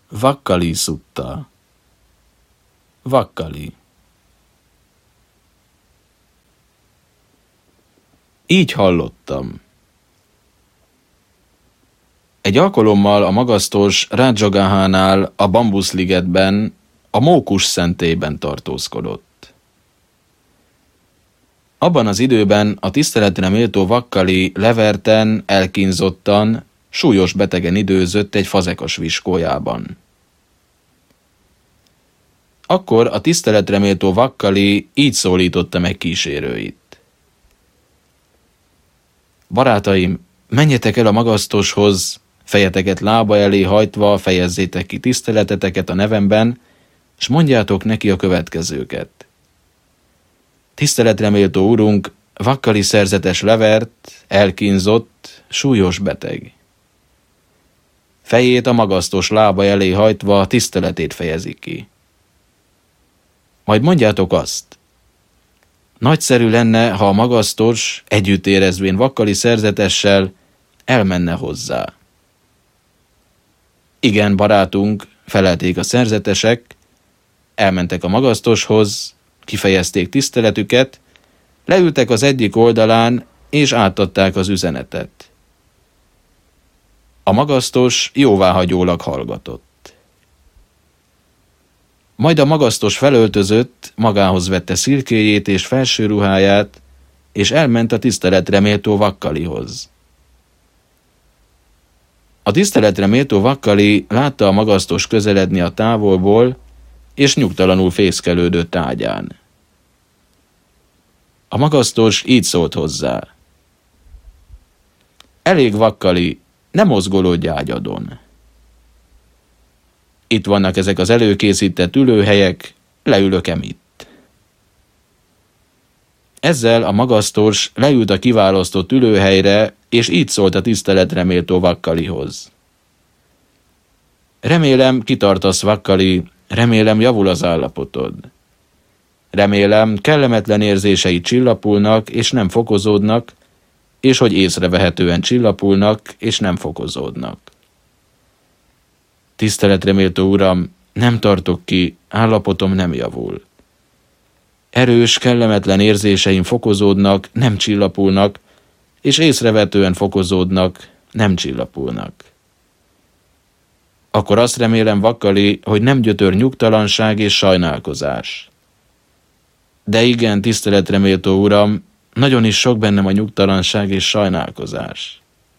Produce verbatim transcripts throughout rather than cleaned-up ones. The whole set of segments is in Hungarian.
Vakkali szutta. Vakkali. Így hallottam. Egy alkalommal a magasztos Rádzsagahánál a Bambuszligetben, a mókus szentélyben tartózkodott. Abban az időben a tiszteletre méltó Vakkali leverten, elkínzottan, súlyos betegen időzött egy fazekas viskójában. Akkor a tiszteletre méltó Vakkali így szólította meg kísérőit. Barátaim, menjetek el a magasztoshoz, fejeteket lába elé hajtva fejezzétek ki tiszteleteteket a nevemben, s mondjátok neki a következőket. Tiszteletre méltó urunk, Vakkali szerzetes levert, elkínzott, súlyos beteg. Fejét a magasztos lába elé hajtva tiszteletét fejezi ki. Majd mondjátok azt. Nagyszerű lenne, ha a magasztos, együtt érezvén Vakkali szerzetessel, elmenne hozzá. Igen, barátunk, felelték a szerzetesek, elmentek a magasztoshoz, kifejezték tiszteletüket, leültek az egyik oldalán, és átadták az üzenetet. A magasztos jóváhagyólag hallgatott. Majd a magasztos felöltözött, magához vette szirkéjét és felső ruháját, és elment a tiszteletre méltó Vakkalihoz. A tiszteletre méltó Vakkali látta a magasztos közeledni a távolból, és nyugtalanul fészkelődött ágyán. A magasztos így szólt hozzá. Elég, Vakkali, ne mozgolódj ágyadon. Itt vannak ezek az előkészített ülőhelyek, leülök-e itt. Ezzel a magasztos leült a kiválasztott ülőhelyre, és így szólt a tiszteletre méltó Vakkalihoz. Remélem, kitartasz, Vakkali, remélem, javul az állapotod. Remélem, kellemetlen érzéseid csillapulnak, és nem fokozódnak, és hogy észrevehetően csillapulnak, és nem fokozódnak. Tiszteletre méltó uram, nem tartok ki, állapotom nem javul. Erős, kellemetlen érzéseim fokozódnak, nem csillapulnak, és észrevetően fokozódnak, nem csillapulnak. Akkor azt remélem, Vakkali, hogy nem gyötör nyugtalanság és sajnálkozás. De igen, tiszteletre méltó uram, nagyon is sok bennem a nyugtalanság és sajnálkozás.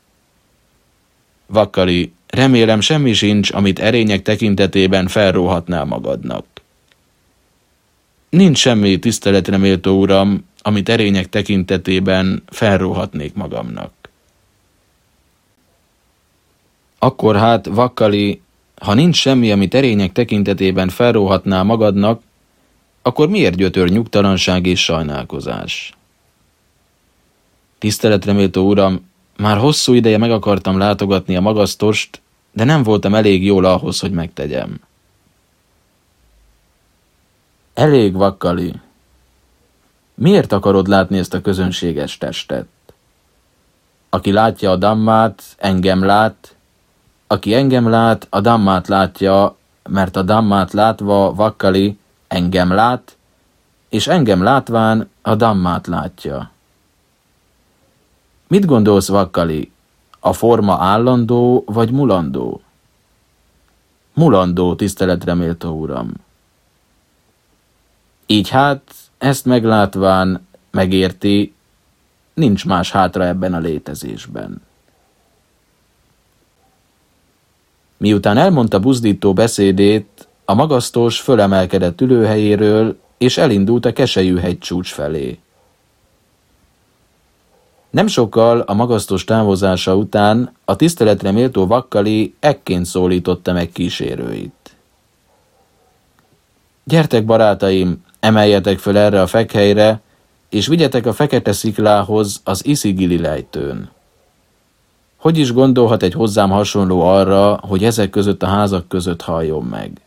Vakkali, remélem semmi sincs, amit erények tekintetében felróhatnál magadnak. Nincs semmi, tiszteletre méltó uram, amit erények tekintetében felróhatnék magamnak. Akkor hát, Vakkali, ha nincs semmi, amit erények tekintetében felróhatnál magadnak, akkor miért gyötör nyugtalanság és sajnálkozás? Tiszteletre méltó uram, már hosszú ideje meg akartam látogatni a magasztost, de nem voltam elég jól ahhoz, hogy megtegyem. Elég, Vakkali. Miért akarod látni ezt a közönséges testet? Aki látja a Dhammát, engem lát, aki engem lát, a Dhammát látja, mert a Dhammát látva, Vakkali, engem lát, és engem látván a Dhammát látja. Mit gondolsz, Vakkali? A forma állandó vagy mulandó? Mulandó, tiszteletre méltó uram. Így hát, ezt meglátván megérti, nincs más hátra ebben a létezésben. Miután elmondta buzdító beszédét, a magasztos fölemelkedett ülőhelyéről, és elindult a Keselyű-hegy csúcs felé. Nem sokkal a magasztos távozása után a tiszteletre méltó Vakkali ekként szólította meg kísérőit. Gyertek, barátaim, emeljetek föl erre a fekhelyre, és vigyetek a fekete sziklához az Iszigili lejtőn. Hogy is gondolhat egy hozzám hasonló arra, hogy ezek között a házak között halljon meg?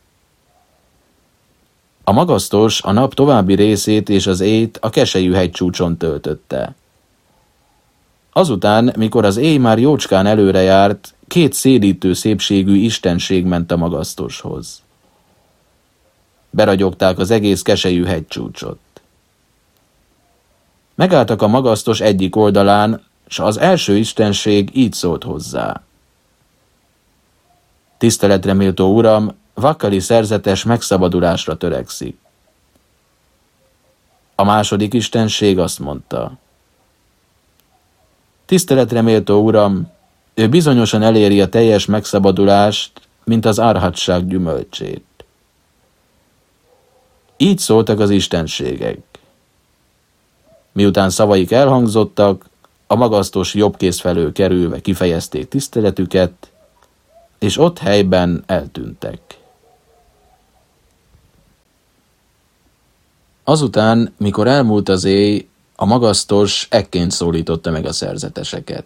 A magasztos a nap további részét és az éjt a Keselyű-hegy csúcson töltötte. Azután, mikor az éj már jócskán előre járt, két szédítő szépségű istenség ment a magasztoshoz. Beragyogták az egész keselyű hegycsúcsot. Megálltak a magasztos egyik oldalán, s az első istenség így szólt hozzá. Tiszteletre méltó uram, Vakkali szerzetes megszabadulásra törekszik. A második istenség azt mondta. Tiszteletre méltó uram, ő bizonyosan eléri a teljes megszabadulást, mint az arhatság gyümölcsét. Így szóltak az istenségek. Miután szavaik elhangzottak, a magasztos jobbkész felől kerülve kifejezték tiszteletüket, és ott helyben eltűntek. Azután, mikor elmúlt az éj, a magasztos ekként szólította meg a szerzeteseket.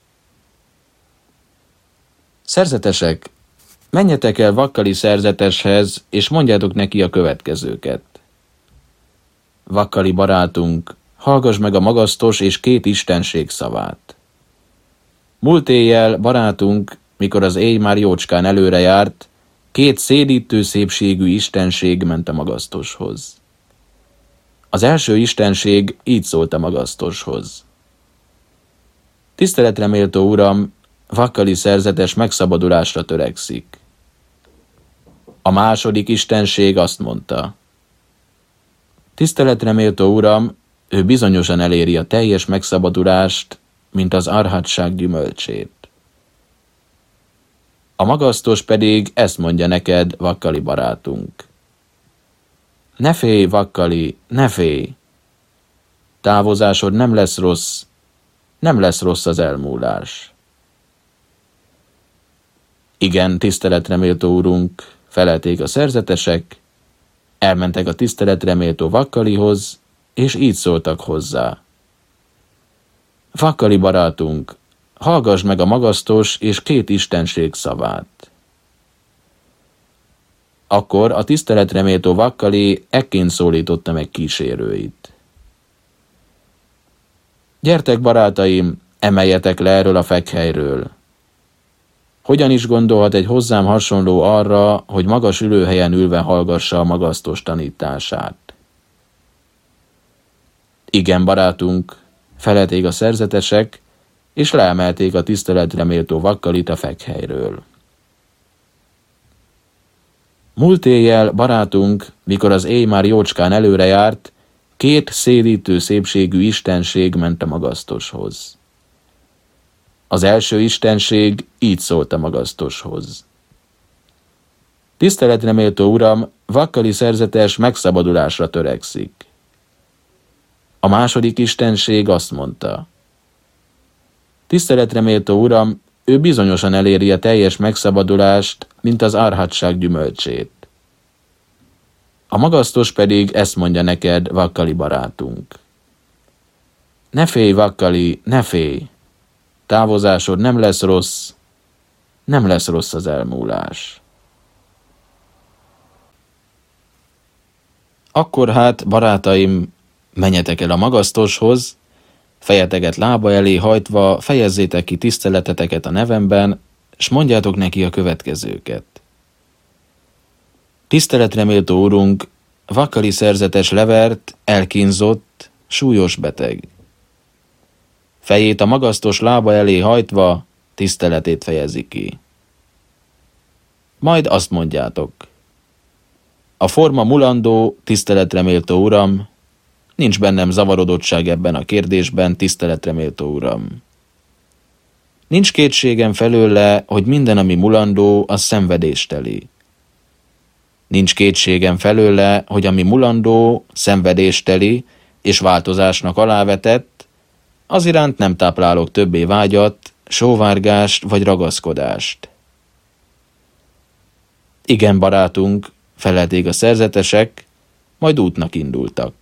Szerzetesek, menjetek el Vakkali szerzeteshez, és mondjátok neki a következőket. Vakkali barátunk, hallgass meg a magasztos és két istenség szavát. Múlt éjjel, barátunk, mikor az éj már jócskán előre járt, két szédítő szépségű istenség ment a magasztoshoz. Az első istenség így szólt a magasztoshoz. Tiszteletre méltó uram, Vakkali szerzetes megszabadulásra törekszik. A második istenség azt mondta. Tiszteletre méltó uram, ő bizonyosan eléri a teljes megszabadulást, mint az arhatság gyümölcsét. A magasztos pedig ezt mondja neked, Vakkali barátunk. Ne félj, Vakkali, ne félj! Távozásod nem lesz rossz, nem lesz rossz az elmúlás. Igen, tiszteletre méltó úrunk, felelték a szerzetesek, elmentek a tiszteletre méltó Vakkalihoz, és így szóltak hozzá. Vakkali barátunk, hallgass meg a magasztos és két istenség szavát. Akkor a tiszteletre méltó Vakkali ekként szólította meg kísérőit. Gyertek, barátaim, emeljetek le erről a fekhelyről. Hogyan is gondolhat egy hozzám hasonló arra, hogy magas ülőhelyen ülve hallgassa a magasztos tanítását? Igen, barátunk, felelték a szerzetesek, és leemelték a tiszteletre méltó Vakkalit a fekhelyről. Múlt éjjel, barátunk, mikor az éj már jócskán előre járt, két szédítő szépségű istenség ment a magasztoshoz. Az első istenség így szólt a magasztoshoz. Tiszteletre méltó uram, Vakkali szerzetes megszabadulásra törekszik. A második istenség azt mondta. Tiszteletre méltó uram, ő bizonyosan eléri a teljes megszabadulást, mint az arhatság gyümölcsét. A magasztos pedig ezt mondja neked, Vakkali barátunk. Ne félj, Vakkali, ne félj! Távozásod nem lesz rossz, nem lesz rossz az elmúlás. Akkor hát, barátaim, menjetek el a magasztoshoz, fejeteket lába elé hajtva, fejezzétek ki tiszteleteteket a nevemben, s mondjátok neki a következőket. Tiszteletre méltó úrunk, Vakkali szerzetes levert, elkínzott, súlyos beteg. Fejét a magasztos lába elé hajtva, tiszteletét fejezi ki. Majd azt mondjátok. A forma mulandó, tiszteletre méltó uram, nincs bennem zavarodottság ebben a kérdésben, tiszteletre méltó uram. Nincs kétségem felőle, hogy minden, ami mulandó, az szenvedésteli. Nincs kétségem felőle, hogy ami mulandó, szenvedésteli és változásnak alávetett, az iránt nem táplálok többé vágyat, sóvárgást vagy ragaszkodást. Igen, barátunk, felelték a szerzetesek, majd útnak indultak.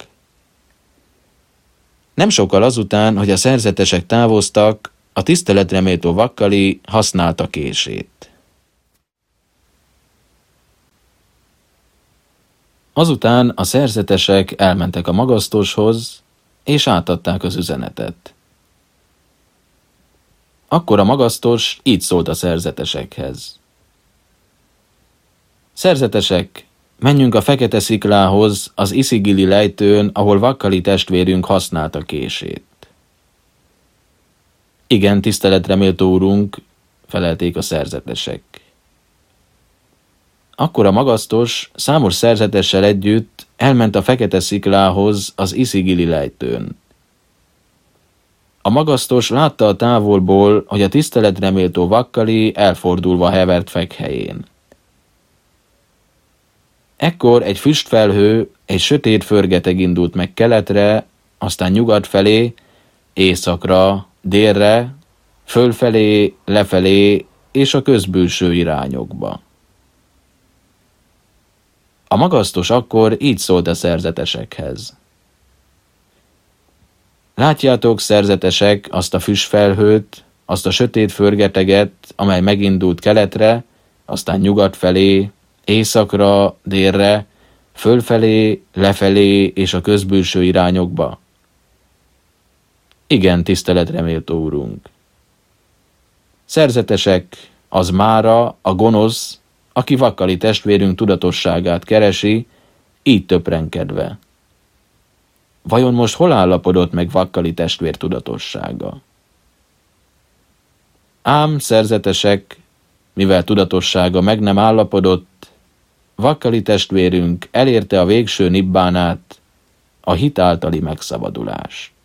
Nem sokkal azután, hogy a szerzetesek távoztak, a tiszteletre méltó Vakkali használta kését. Azután a szerzetesek elmentek a magasztoshoz, és átadták az üzenetet. Akkor a magasztos így szólt a szerzetesekhez. Szerzetesek, menjünk a fekete sziklához, az Iszigili lejtőn, ahol Vakkali testvérünk használta kését. Igen, tiszteletre méltó urunk, felelték a szerzetesek. Akkor a magasztos számos szerzetessel együtt elment a fekete sziklához az Iszigili lejtőn. A magasztos látta a távolból, hogy a tiszteletre méltó Vakkali elfordulva hevert fekhelyén. Ekkor egy füstfelhő, egy sötét förgeteg indult meg keletre, aztán nyugat felé, északra, délre, fölfelé, lefelé és a közbülső irányokba. A magasztos akkor így szólt a szerzetesekhez. Látjátok, szerzetesek, azt a füstfelhőt, azt a sötét förgeteget, amely megindult keletre, aztán nyugat felé, északra, délre, fölfelé, lefelé és a közbülső irányokba? Igen, tiszteletre méltó urunk. Szerzetesek, az mára a gonosz, aki Vakkali testvérünk tudatosságát keresi, így töprenkedve. Vajon most hol állapodott meg Vakkali testvér tudatossága? Ám, szerzetesek, mivel tudatossága meg nem állapodott, Vakkali testvérünk elérte a végső nibbánát, a hit általi megszabadulást.